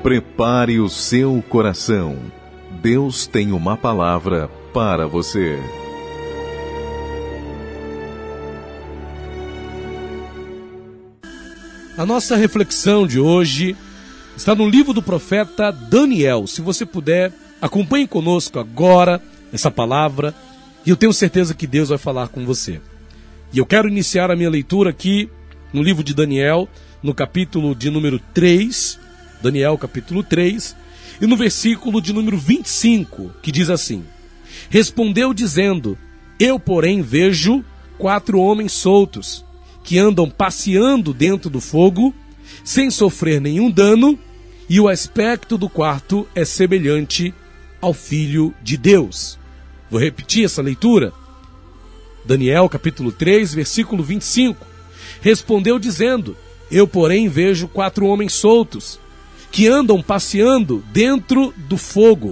Prepare o seu coração. Deus tem uma palavra para você. A nossa reflexão de hoje está no livro do profeta Daniel. Se você puder, acompanhe conosco agora essa palavra e eu tenho certeza que Deus vai falar com você. E eu quero iniciar a minha leitura aqui no livro de Daniel, no capítulo de número 3, Daniel capítulo 3, e no versículo de número 25, que diz assim: Respondeu dizendo, eu porém vejo 4 homens soltos, que andam passeando dentro do fogo, sem sofrer nenhum dano, e o aspecto do quarto é semelhante ao Filho de Deus. Vou repetir essa leitura. Daniel capítulo 3, versículo 25. Respondeu dizendo, eu porém vejo 4 homens soltos, que andam passeando dentro do fogo,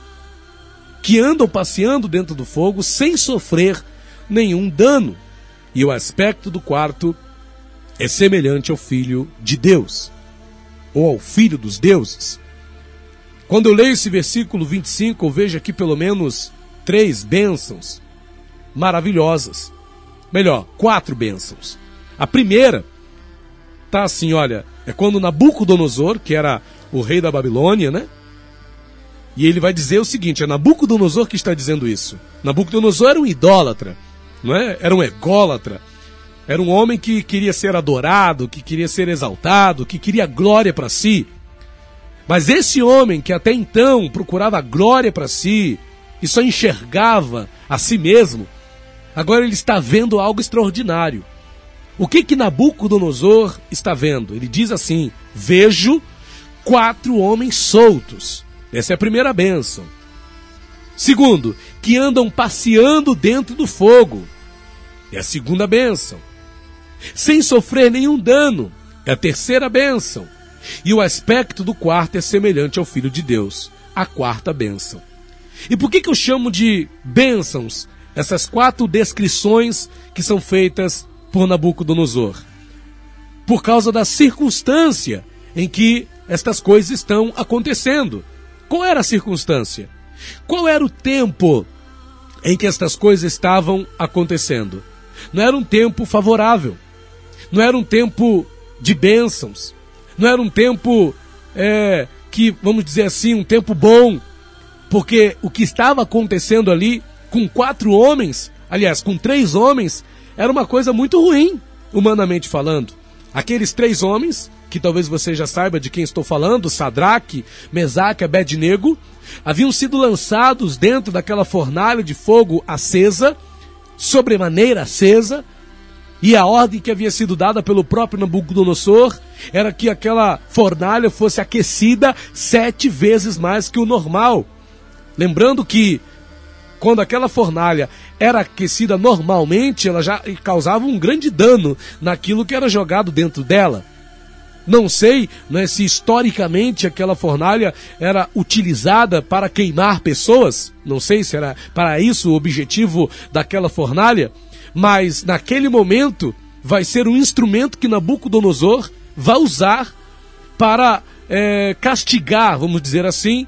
sem sofrer nenhum dano, e o aspecto do quarto é semelhante ao Filho de Deus, ou ao Filho dos deuses. Quando eu leio esse versículo 25, eu vejo aqui pelo menos 3 bênçãos maravilhosas. Melhor, 4 bênçãos. A primeira tá assim, olha, é quando Nabucodonosor, que era o rei da Babilônia, né? E ele vai dizer o seguinte, é Nabucodonosor que está dizendo isso. Nabucodonosor era um idólatra, não é? Era um ególatra. Era um homem que queria ser adorado, que queria ser exaltado, que queria glória para si. Mas esse homem que até então procurava glória para si e só enxergava a si mesmo, agora ele está vendo algo extraordinário. O que Nabucodonosor está vendo? Ele diz assim, vejo 4 homens soltos. Essa é a primeira bênção. Segundo, que andam passeando dentro do fogo. É a segunda bênção. Sem sofrer nenhum dano. É a terceira bênção. E o aspecto do quarto é semelhante ao Filho de Deus. A quarta bênção. E por que eu chamo de bênçãos essas 4 descrições que são feitas por Nabucodonosor? Por causa da circunstância em que estas coisas estão acontecendo. Qual era a circunstância? Qual era o tempo em que estas coisas estavam acontecendo? Não era um tempo favorável. Não era um tempo de bênçãos. Não era um tempo que, vamos dizer assim, um tempo bom. Porque o que estava acontecendo ali com 4 homens, aliás, com 3 homens, era uma coisa muito ruim, humanamente falando. Aqueles 3 homens, que talvez você já saiba de quem estou falando, Sadraque, Mesaque e Abednego, haviam sido lançados dentro daquela fornalha de fogo acesa, sobremaneira acesa, e a ordem que havia sido dada pelo próprio Nabucodonosor era que aquela fornalha fosse aquecida 7 vezes mais que o normal. Lembrando que quando aquela fornalha era aquecida normalmente, ela já causava um grande dano naquilo que era jogado dentro dela. Não sei, né, se historicamente aquela fornalha era utilizada para queimar pessoas. Não sei se era para isso o objetivo daquela fornalha. Mas naquele momento vai ser um instrumento que Nabucodonosor vai usar para castigar, vamos dizer assim,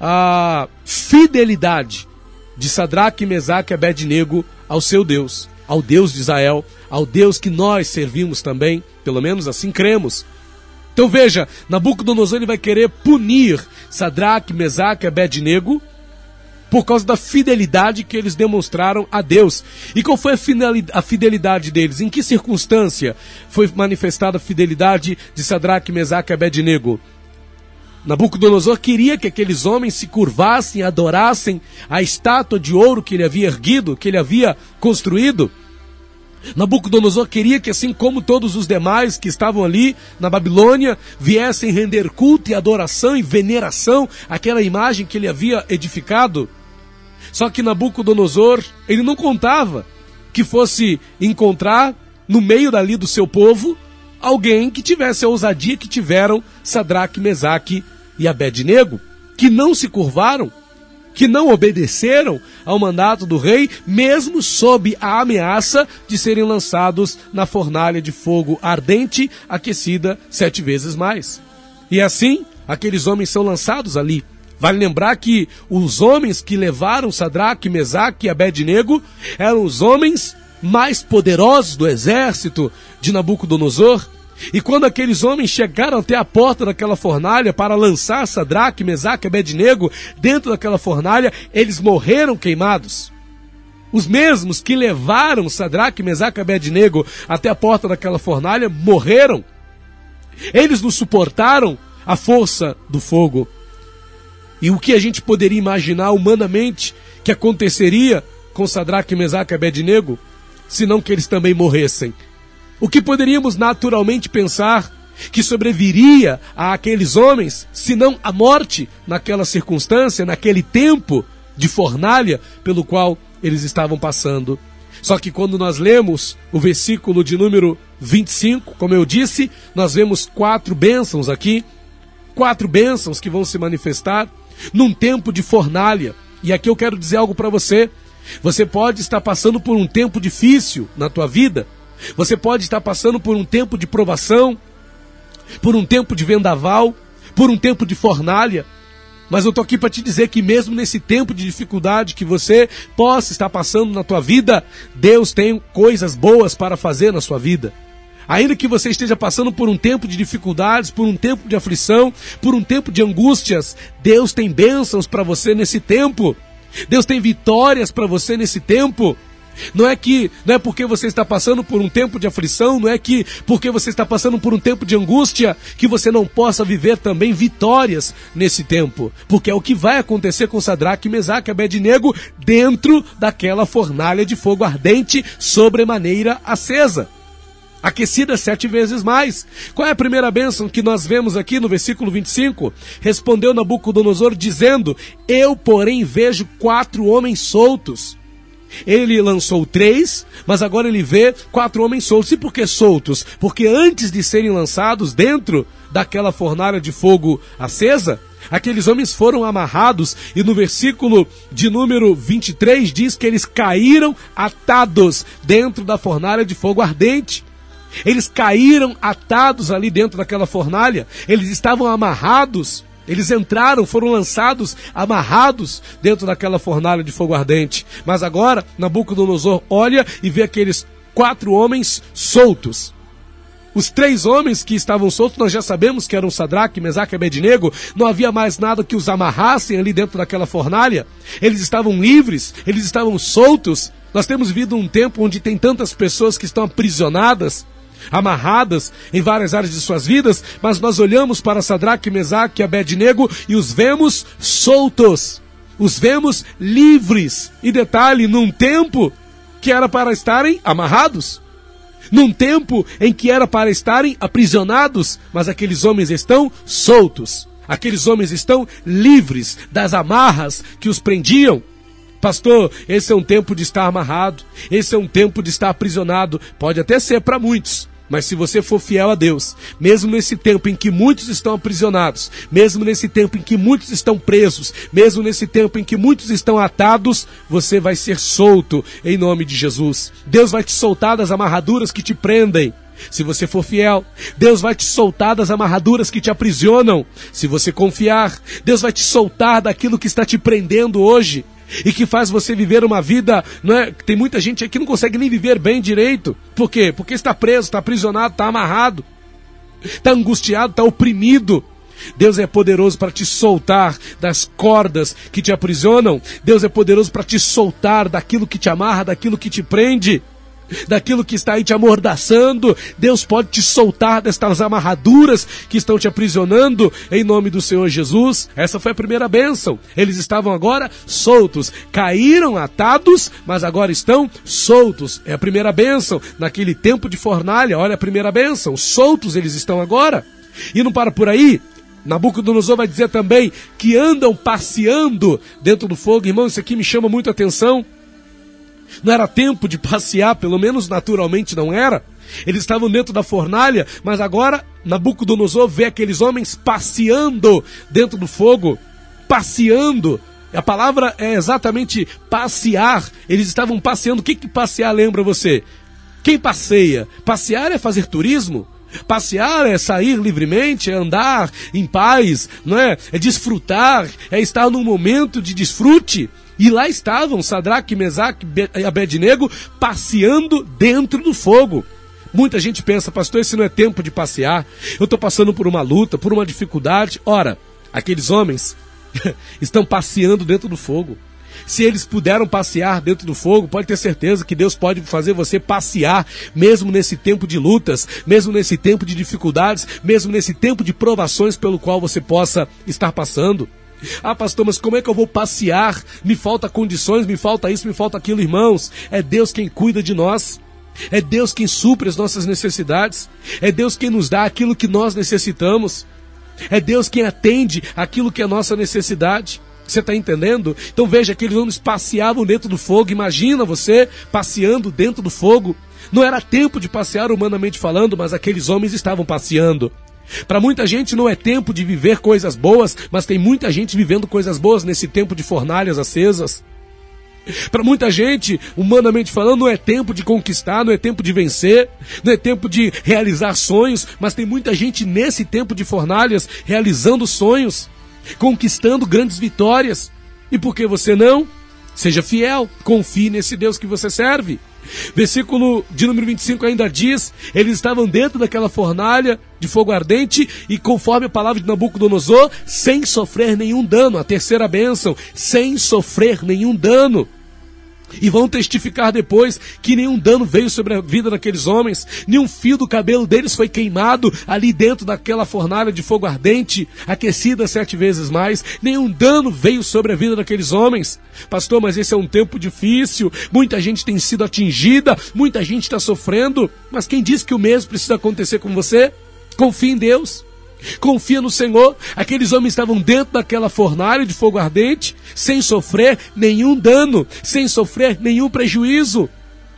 a fidelidade de Sadraque, Mesaque e Abednego ao seu Deus, ao Deus de Israel, ao Deus que nós servimos também, pelo menos assim cremos. Então veja, Nabucodonosor ele vai querer punir Sadraque, Mesaque e Abednego por causa da fidelidade que eles demonstraram a Deus. E qual foi a fidelidade deles? Em que circunstância foi manifestada a fidelidade de Sadraque, Mesaque e Abednego? Nabucodonosor queria que aqueles homens se curvassem, adorassem a estátua de ouro que ele havia erguido, que ele havia construído. Nabucodonosor queria que, assim como todos os demais que estavam ali na Babilônia, viessem render culto e adoração e veneração àquela imagem que ele havia edificado. Só que Nabucodonosor, ele não contava que fosse encontrar no meio dali do seu povo alguém que tivesse a ousadia que tiveram Sadraque, Mesaque e Abednego, que não se curvaram, que não obedeceram ao mandato do rei, mesmo sob a ameaça de serem lançados na fornalha de fogo ardente, aquecida 7 vezes mais. E assim, aqueles homens são lançados ali. Vale lembrar que os homens que levaram Sadraque, Mesaque e Abednego eram os homens mais poderosos do exército de Nabucodonosor. E quando aqueles homens chegaram até a porta daquela fornalha para lançar Sadraque, Mesaque e Abednego dentro daquela fornalha, eles morreram queimados. Os mesmos que levaram Sadraque, Mesaque e Abednego até a porta daquela fornalha morreram. Eles não suportaram a força do fogo. E o que a gente poderia imaginar humanamente que aconteceria com Sadraque, Mesaque e Abednego, senão que eles também morressem? O que poderíamos naturalmente pensar que sobreviria a aqueles homens, senão a morte naquela circunstância, naquele tempo de fornalha pelo qual eles estavam passando? Só que quando nós lemos o versículo de número 25, como eu disse, nós vemos 4 bênçãos aqui, 4 bênçãos que vão se manifestar num tempo de fornalha. E aqui eu quero dizer algo para você. Você pode estar passando por um tempo difícil na tua vida. Você pode estar passando por um tempo de provação, por um tempo de vendaval, por um tempo de fornalha. Mas eu estou aqui para te dizer que mesmo nesse tempo de dificuldade que você possa estar passando na tua vida, Deus tem coisas boas para fazer na sua vida. Ainda que você esteja passando por um tempo de dificuldades, por um tempo de aflição, por um tempo de angústias, Deus tem bênçãos para você nesse tempo. Deus tem vitórias para você nesse tempo. Não é porque você está passando por um tempo de aflição, não é que porque você está passando por um tempo de angústia que você não possa viver também vitórias nesse tempo. Porque é o que vai acontecer com Sadraque, Mesaque e Abednego dentro daquela fornalha de fogo ardente sobremaneira acesa, aquecida 7 vezes mais. Qual é a primeira bênção que nós vemos aqui no versículo 25? Respondeu Nabucodonosor dizendo: eu, porém, vejo 4 homens soltos. Ele lançou 3, mas agora ele vê 4 homens soltos. E por que soltos? Porque antes de serem lançados dentro daquela fornalha de fogo acesa, aqueles homens foram amarrados, e no versículo de número 23 diz que eles caíram atados dentro da fornalha de fogo ardente. Eles caíram atados ali dentro daquela fornalha, eles estavam amarrados. Eles entraram, foram lançados, amarrados dentro daquela fornalha de fogo ardente. Mas agora, Nabucodonosor olha e vê aqueles 4 homens soltos. Os 3 homens que estavam soltos, nós já sabemos que eram Sadraque, Mesaque e Abednego. Não havia mais nada que os amarrassem ali dentro daquela fornalha. Eles estavam livres, eles estavam soltos. Nós temos vivido um tempo onde tem tantas pessoas que estão aprisionadas, amarradas em várias áreas de suas vidas, mas nós olhamos para Sadraque, Mesaque e Abednego e os vemos soltos, os vemos livres. E detalhe, num tempo que era para estarem amarrados, num tempo em que era para estarem aprisionados, mas aqueles homens estão soltos, aqueles homens estão livres das amarras que os prendiam. Pastor, esse é um tempo de estar amarrado, esse é um tempo de estar aprisionado. Pode até ser para muitos, mas se você for fiel a Deus, mesmo nesse tempo em que muitos estão aprisionados, mesmo nesse tempo em que muitos estão presos, mesmo nesse tempo em que muitos estão atados, você vai ser solto em nome de Jesus. Deus vai te soltar das amarraduras que te prendem. Se você for fiel, Deus vai te soltar das amarraduras que te aprisionam. Se você confiar, Deus vai te soltar daquilo que está te prendendo hoje e que faz você viver uma vida, não é? Tem muita gente aqui que não consegue nem viver bem direito. Por quê? Porque está preso, está aprisionado, está amarrado, está angustiado, está oprimido. Deus é poderoso para te soltar das cordas que te aprisionam. Deus é poderoso para te soltar daquilo que te amarra, daquilo que te prende, daquilo que está aí te amordaçando. Deus pode te soltar destas amarraduras que estão te aprisionando em nome do Senhor Jesus. Essa foi a primeira bênção. Eles estavam agora soltos, caíram atados, mas agora estão soltos. É a primeira bênção naquele tempo de fornalha. Olha a primeira bênção, soltos eles estão agora. E não para por aí. Nabucodonosor vai dizer também que andam passeando dentro do fogo. Irmão, isso aqui me chama muito a atenção. Não era tempo de passear, pelo menos naturalmente não era. Eles estavam dentro da fornalha, mas agora Nabucodonosor vê aqueles homens passeando dentro do fogo. Passeando. A palavra é exatamente passear. Eles estavam passeando. O que passear lembra você? Quem passeia? Passear é fazer turismo. Passear é sair livremente, é andar em paz, não é? É desfrutar, é estar num momento de desfrute. E lá estavam Sadraque, Mesaque e Abednego passeando dentro do fogo. Muita gente pensa, pastor, esse não é tempo de passear. Eu estou passando por uma luta, por uma dificuldade. Ora, aqueles homens estão passeando dentro do fogo. Se eles puderam passear dentro do fogo, pode ter certeza que Deus pode fazer você passear, mesmo nesse tempo de lutas, mesmo nesse tempo de dificuldades, mesmo nesse tempo de provações pelo qual você possa estar passando. Ah, pastor, mas como é que eu vou passear? Me falta condições, me falta isso, me falta aquilo, irmãos. É Deus quem cuida de nós. É Deus quem supre as nossas necessidades. É Deus quem nos dá aquilo que nós necessitamos. É Deus quem atende aquilo que é nossa necessidade. Você está entendendo? Então veja, aqueles homens passeavam dentro do fogo. Imagina você passeando dentro do fogo. Não era tempo de passear humanamente falando, mas aqueles homens estavam passeando. Para muita gente não é tempo de viver coisas boas, mas tem muita gente vivendo coisas boas nesse tempo de fornalhas acesas. Para muita gente, humanamente falando, não é tempo de conquistar, não é tempo de vencer, não é tempo de realizar sonhos, mas tem muita gente nesse tempo de fornalhas realizando sonhos, conquistando grandes vitórias. E por que você não? Seja fiel, confie nesse Deus que você serve. Versículo de número 25 ainda diz, eles estavam dentro daquela fornalha de fogo ardente e conforme a palavra de Nabucodonosor, sem sofrer nenhum dano. A terceira bênção, sem sofrer nenhum dano. E vão testificar depois que nenhum dano veio sobre a vida daqueles homens, nenhum fio do cabelo deles foi queimado ali dentro daquela fornalha de fogo ardente, aquecida 7 vezes mais, nenhum dano veio sobre a vida daqueles homens. Pastor, mas esse é um tempo difícil, muita gente tem sido atingida, muita gente está sofrendo, mas quem disse que o mesmo precisa acontecer com você? Confie em Deus. Confia no Senhor. Aqueles homens estavam dentro daquela fornalha de fogo ardente, sem sofrer nenhum dano, sem sofrer nenhum prejuízo.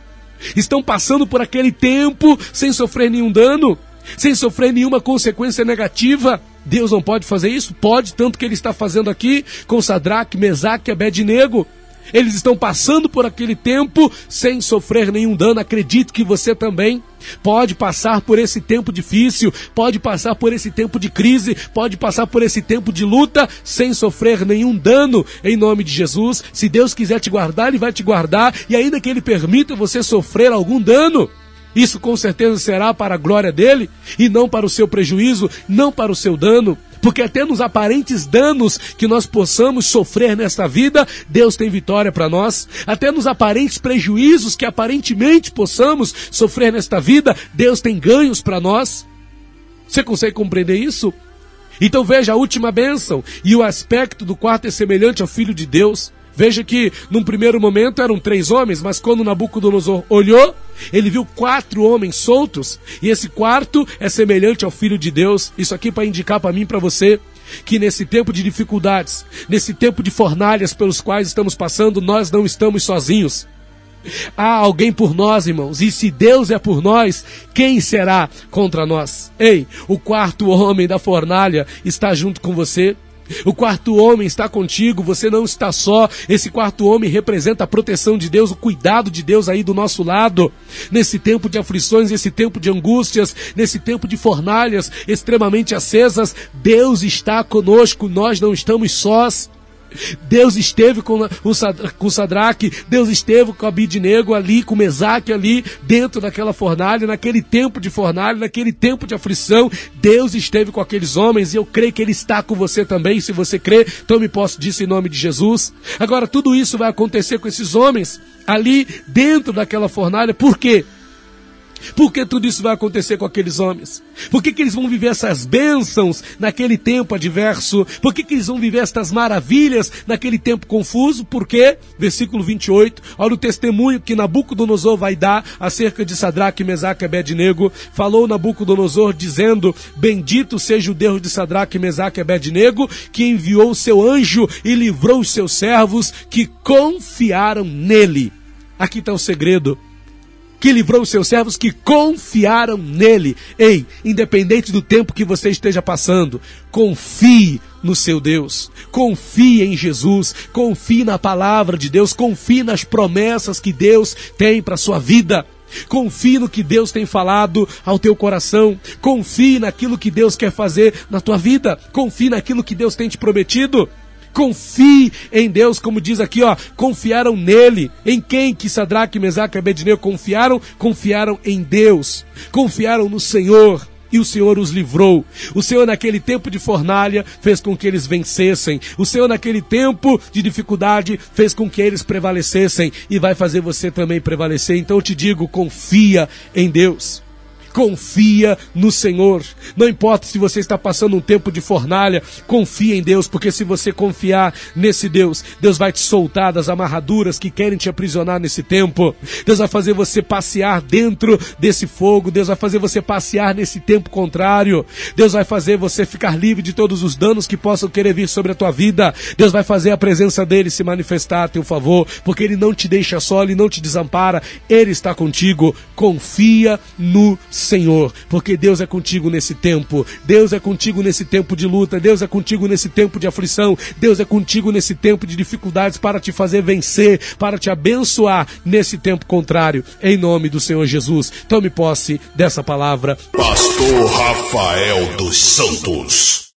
Estão passando por aquele tempo sem sofrer nenhum dano, sem sofrer nenhuma consequência negativa. Deus não pode fazer isso? Pode, tanto que Ele está fazendo aqui com Sadraque, Mesaque e Abednego. Eles estão passando por aquele tempo sem sofrer nenhum dano. Acredito que você também pode passar por esse tempo difícil, pode passar por esse tempo de crise, pode passar por esse tempo de luta sem sofrer nenhum dano, em nome de Jesus. Se Deus quiser te guardar, Ele vai te guardar, e ainda que Ele permita você sofrer algum dano, isso com certeza será para a glória dEle, e não para o seu prejuízo, não para o seu dano. Porque até nos aparentes danos que nós possamos sofrer nesta vida, Deus tem vitória para nós. Até nos aparentes prejuízos que aparentemente possamos sofrer nesta vida, Deus tem ganhos para nós. Você consegue compreender isso? Então veja a última bênção. E o aspecto do quarto é semelhante ao Filho de Deus. Veja que, num primeiro momento, eram 3 homens, mas quando Nabucodonosor olhou, ele viu 4 homens soltos, e esse quarto é semelhante ao Filho de Deus. Isso aqui para indicar para mim e para você, que nesse tempo de dificuldades, nesse tempo de fornalhas pelos quais estamos passando, nós não estamos sozinhos. Há alguém por nós, irmãos, e se Deus é por nós, quem será contra nós? Ei, o 4º homem da fornalha está junto com você. O 4º homem está contigo, você não está só. Esse 4º homem representa a proteção de Deus, o cuidado de Deus aí do nosso lado. Nesse tempo de aflições, nesse tempo de angústias, nesse tempo de fornalhas extremamente acesas, Deus está conosco, nós não estamos sós. Deus esteve com Sadraque, Deus esteve com Abednego ali, com Mesaque ali, dentro daquela fornalha, naquele tempo de fornalha, naquele tempo de aflição. Deus esteve com aqueles homens e eu creio que Ele está com você também. Se você crê, tome posse disso em nome de Jesus. Agora, tudo isso vai acontecer com esses homens ali dentro daquela fornalha. Por quê? Por que tudo isso vai acontecer com aqueles homens? Por que eles vão viver essas bênçãos naquele tempo adverso? Por que eles vão viver estas maravilhas naquele tempo confuso? Por quê? Versículo 28, olha o testemunho que Nabucodonosor vai dar acerca de Sadraque, Mesaque e Abednego. Falou Nabucodonosor dizendo: bendito seja o Deus de Sadraque, Mesaque e Abednego, que enviou o seu anjo e livrou os seus servos que confiaram nele. Aqui está o segredo. Que livrou os seus servos que confiaram nele. Ei, independente do tempo que você esteja passando, confie no seu Deus, confie em Jesus, confie na palavra de Deus, confie nas promessas que Deus tem para a sua vida. Confie no que Deus tem falado ao teu coração. Confie naquilo que Deus quer fazer na tua vida. Confie naquilo que Deus tem te prometido. Confie em Deus, como diz aqui, confiaram nele. Em quem que Sadraque, Mesaque e Abednego confiaram? Confiaram em Deus. Confiaram no Senhor. E o Senhor os livrou. O Senhor naquele tempo de fornalha fez com que eles vencessem. O Senhor naquele tempo de dificuldade fez com que eles prevalecessem. E vai fazer você também prevalecer. Então eu te digo, confia em Deus. Confia no Senhor. Não importa se você está passando um tempo de fornalha, confia em Deus, porque se você confiar nesse Deus, Deus vai te soltar das amarraduras que querem te aprisionar nesse tempo. Deus vai fazer você passear dentro desse fogo. Deus vai fazer você passear nesse tempo contrário. Deus vai fazer você ficar livre de todos os danos que possam querer vir sobre a tua vida. Deus vai fazer a presença dele se manifestar a teu favor, porque ele não te deixa só, ele não te desampara, ele está contigo. Confia no Senhor, porque Deus é contigo nesse tempo. Deus é contigo nesse tempo de luta. Deus é contigo nesse tempo de aflição. Deus é contigo nesse tempo de dificuldades para te fazer vencer, para te abençoar nesse tempo contrário. Em nome do Senhor Jesus, tome posse dessa palavra. Pastor Rafael dos Santos.